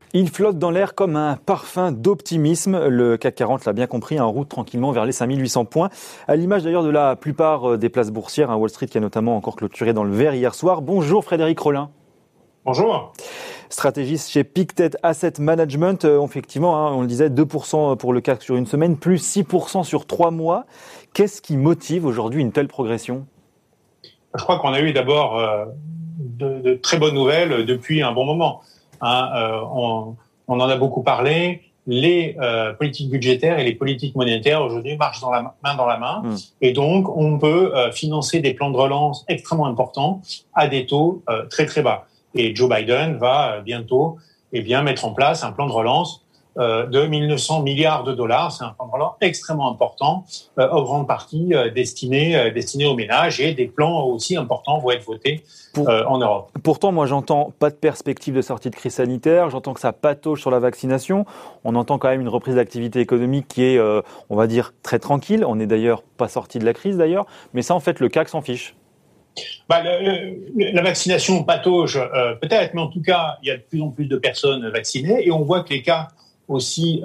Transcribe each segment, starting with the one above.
Il flotte dans l'air comme un parfum d'optimisme. Le CAC 40 l'a bien compris, en route tranquillement vers les 5800 points. À l'image d'ailleurs de la plupart des places boursières, Wall Street qui a notamment encore clôturé dans le vert hier soir. Bonjour Frédéric Rollin. Bonjour. Stratégiste chez Pictet Asset Management. Effectivement, on le disait, 2% pour le CAC sur une semaine, plus 6% sur 3 mois. Qu'est-ce qui motive aujourd'hui une telle progression ? Je crois qu'on a eu d'abord de très bonnes nouvelles depuis un bon moment. On en a beaucoup parlé. Les politiques budgétaires et les politiques monétaires aujourd'hui marchent main dans la main. Et donc, on peut financer des plans de relance extrêmement importants à des taux très très bas. Et Joe Biden va bientôt mettre en place un plan de relance de 1 900 milliards de dollars. C'est un plan de relance extrêmement important, en grande partie destiné aux ménages, et des plans aussi importants vont être votés en Europe. Pourtant, moi, j'entends pas de perspective de sortie de crise sanitaire. J'entends que ça patauge sur la vaccination. On entend quand même une reprise d'activité économique qui est, on va dire, très tranquille. On n'est d'ailleurs pas sorti de la crise, d'ailleurs. Mais ça, en fait, le CAC s'en fiche. La vaccination patauge peut-être, mais en tout cas, il y a de plus en plus de personnes vaccinées, et on voit que les cas aussi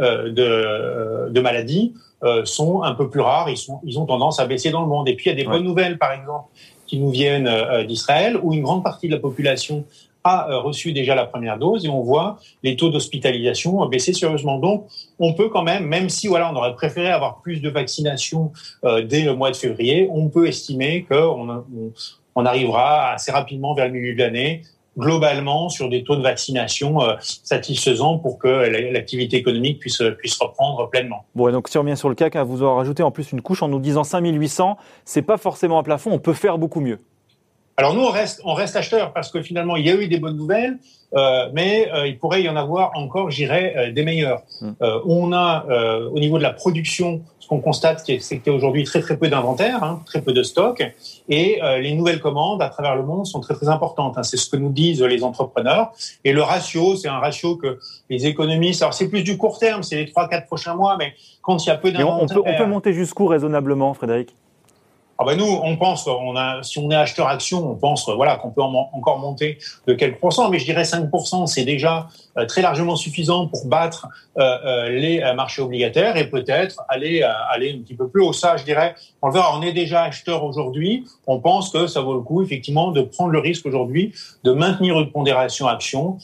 de maladies sont un peu plus rares. Ils ont tendance à baisser dans le monde. Et puis, il y a des bonnes nouvelles, par exemple, qui nous viennent d'Israël, où une grande partie de la population a reçu déjà la première dose, et on voit les taux d'hospitalisation baisser sérieusement. Donc, on peut quand même si on aurait préféré avoir plus de vaccination dès le mois de février, on peut estimer qu'on arrivera assez rapidement vers le milieu de l'année, globalement sur des taux de vaccination satisfaisants pour que l'activité économique puisse reprendre pleinement. Bon, et donc si on revient sur le CAC, vous en rajoutez en plus une couche en nous disant 5800, c'est pas forcément un plafond, on peut faire beaucoup mieux. Alors nous, on reste acheteurs parce que finalement, il y a eu des bonnes nouvelles, mais il pourrait y en avoir encore, des meilleures. On a, au niveau de la production, ce qu'on constate, c'est qu'il y a aujourd'hui très très peu d'inventaire, très peu de stock, et les nouvelles commandes à travers le monde sont très très importantes. C'est ce que nous disent les entrepreneurs. Et le ratio, c'est un ratio que les économistes, alors c'est plus du court terme, c'est les 3-4 prochains mois, mais quand il y a peu d'inventaire... On peut monter jusqu'où raisonnablement, Frédéric ? Nous, on pense, si on est acheteur action, on pense qu'on peut encore monter de quelques pourcents, mais je dirais 5%, c'est déjà très largement suffisant pour battre les marchés obligataires, et peut-être aller un petit peu plus haut. Ça, je dirais, on le verra, on est déjà acheteur aujourd'hui, on pense que ça vaut le coup effectivement de prendre le risque aujourd'hui de maintenir une pondération action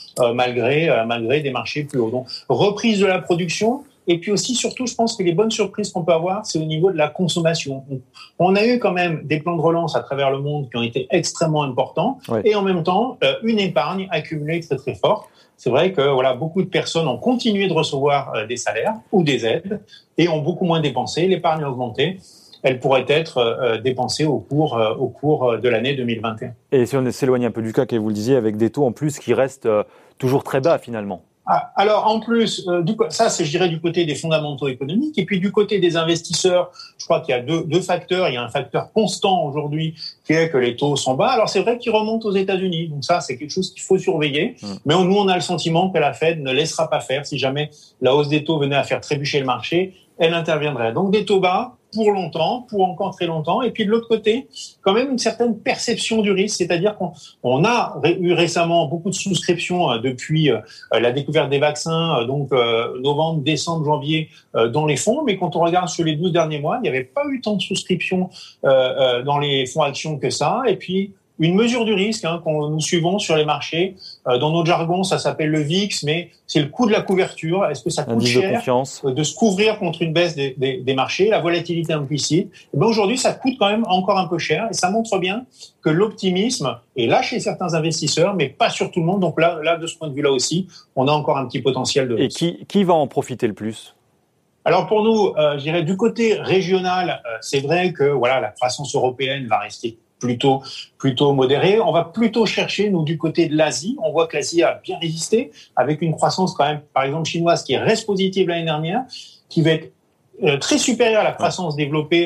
malgré des marchés plus hauts. Donc, reprise de la production. Et puis aussi, surtout, je pense que les bonnes surprises qu'on peut avoir, c'est au niveau de la consommation. On a eu quand même des plans de relance à travers le monde qui ont été extrêmement importants, et en même temps, une épargne accumulée très très forte. C'est vrai que beaucoup de personnes ont continué de recevoir des salaires ou des aides et ont beaucoup moins dépensé. L'épargne a augmenté. Elle pourrait être dépensée au cours de l'année 2021. Et si on s'éloigne un peu du CAC, et vous le disiez, avec des taux en plus qui restent toujours très bas finalement. Alors, en plus, ça, c'est, je dirais, du côté des fondamentaux économiques. Et puis, du côté des investisseurs, je crois qu'il y a deux facteurs. Il y a un facteur constant aujourd'hui qui est que les taux sont bas. Alors, c'est vrai qu'ils remontent aux États-Unis. Donc ça, c'est quelque chose qu'il faut surveiller. Mais nous, on a le sentiment que la Fed ne laissera pas faire. Si jamais la hausse des taux venait à faire trébucher le marché, elle interviendrait. Donc, des taux bas pour longtemps, pour encore très longtemps. Et puis de l'autre côté, quand même une certaine perception du risque, c'est-à-dire qu'on a eu récemment beaucoup de souscriptions depuis la découverte des vaccins, donc novembre, décembre, janvier, dans les fonds. Mais quand on regarde sur les 12 derniers mois, il n'y avait pas eu tant de souscriptions dans les fonds actions que ça. Et puis une mesure du risque qu'on nous suivons sur les marchés. Dans notre jargon, ça s'appelle le VIX, mais c'est le coût de la couverture. Est-ce que ça coûte cher de se couvrir contre une baisse des marchés, la volatilité implicite? Aujourd'hui, ça coûte quand même encore un peu cher, et ça montre bien que l'optimisme est là chez certains investisseurs, mais pas sur tout le monde. Donc là, de ce point de vue-là aussi, on a encore un petit potentiel de risque. Et qui va en profiter le plus? Alors pour nous, je dirais du côté régional, c'est vrai que la croissance européenne va rester plutôt modéré. On va plutôt chercher, nous, du côté de l'Asie. On voit que l'Asie a bien résisté, avec une croissance quand même, par exemple, chinoise, qui reste positive l'année dernière, qui va être très supérieure à la croissance développée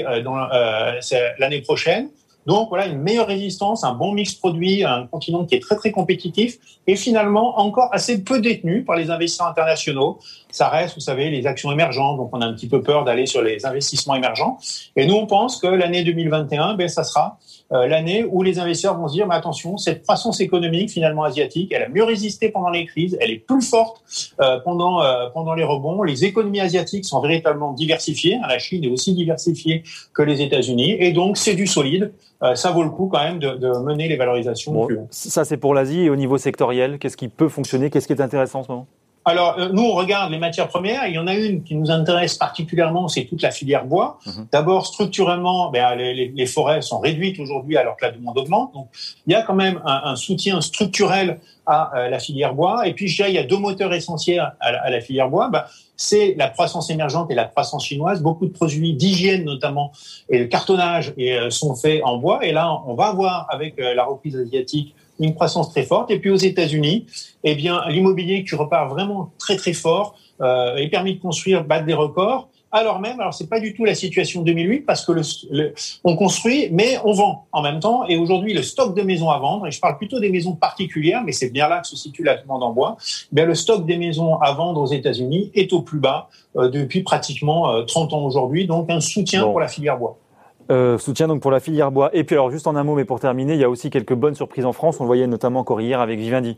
l'année prochaine. Donc une meilleure résistance, un bon mix produit, un continent qui est très très compétitif, et finalement encore assez peu détenu par les investisseurs internationaux. ça reste, vous savez, les actions émergentes. Donc, on a un petit peu peur d'aller sur les investissements émergents. Et nous, on pense que l'année 2021, ça sera l'année où les investisseurs vont se dire, mais attention, cette croissance économique finalement asiatique, elle a mieux résisté pendant les crises, elle est plus forte pendant les rebonds. Les économies asiatiques sont véritablement diversifiées. La Chine est aussi diversifiée que les États-Unis, et donc c'est du solide. Ça vaut le coup quand même de mener les valorisations. Bon, ça c'est pour l'Asie. Et au niveau sectoriel, qu'est-ce qui peut fonctionner? Qu'est-ce qui est intéressant en ce moment? Alors, nous, on regarde les matières premières. Il y en a une qui nous intéresse particulièrement, c'est toute la filière bois. D'abord, structurellement, les forêts sont réduites aujourd'hui alors que la demande augmente. Donc, il y a quand même un soutien structurel à la filière bois. Et puis, je dirais, il y a deux moteurs essentiels à la filière bois. C'est la croissance émergente et la croissance chinoise. Beaucoup de produits d'hygiène, notamment, et de cartonnage, sont faits en bois. Et là, on va avoir, avec la reprise asiatique, une croissance très forte. Et puis aux États-Unis, l'immobilier qui repart vraiment très très fort est permis de construire, battre des records. Alors c'est pas du tout la situation 2008 parce que on construit, mais on vend en même temps. Et aujourd'hui, le stock de maisons à vendre, et je parle plutôt des maisons particulières, mais c'est bien là que se situe la demande en bois. Le stock des maisons à vendre aux États-Unis est au plus bas depuis pratiquement 30 ans aujourd'hui. Donc un soutien pour la filière bois. Soutien donc pour la filière bois. Et puis alors juste en un mot, mais pour terminer, il y a aussi quelques bonnes surprises en France. On le voyait notamment encore hier avec Vivendi.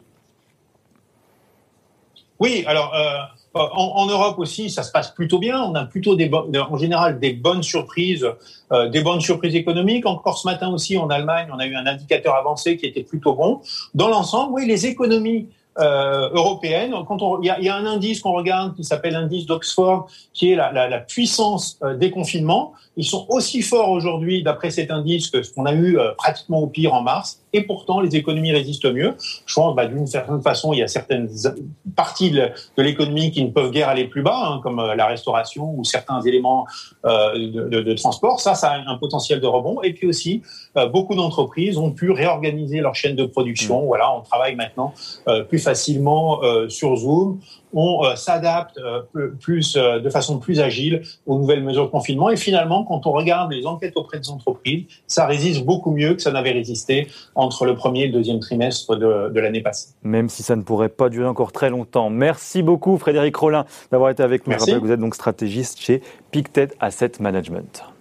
Oui, alors en Europe aussi, ça se passe plutôt bien. On a plutôt en général des bonnes surprises économiques. Encore ce matin aussi en Allemagne, on a eu un indicateur avancé qui était plutôt bon. Dans l'ensemble, oui, les économies européenne. Il y a un indice qu'on regarde qui s'appelle l'indice d'Oxford, qui est la puissance des confinements. Ils sont aussi forts aujourd'hui, d'après cet indice, que ce qu'on a eu pratiquement au pire en mars. Et pourtant, les économies résistent mieux. Je pense, d'une certaine façon, il y a certaines parties de l'économie qui ne peuvent guère aller plus bas, comme la restauration ou certains éléments de transport. Ça a un potentiel de rebond. Et puis aussi, beaucoup d'entreprises ont pu réorganiser leur chaîne de production. Voilà, on travaille maintenant plus facilement sur Zoom. On s'adapte de façon plus agile aux nouvelles mesures de confinement. Et finalement, quand on regarde les enquêtes auprès des entreprises, ça résiste beaucoup mieux que ça n'avait résisté entre le premier et le deuxième trimestre de l'année passée. Même si ça ne pourrait pas durer encore très longtemps. Merci beaucoup Frédéric Rollin d'avoir été avec nous. Je rappelle que vous êtes donc stratégiste chez Pictet Asset Management.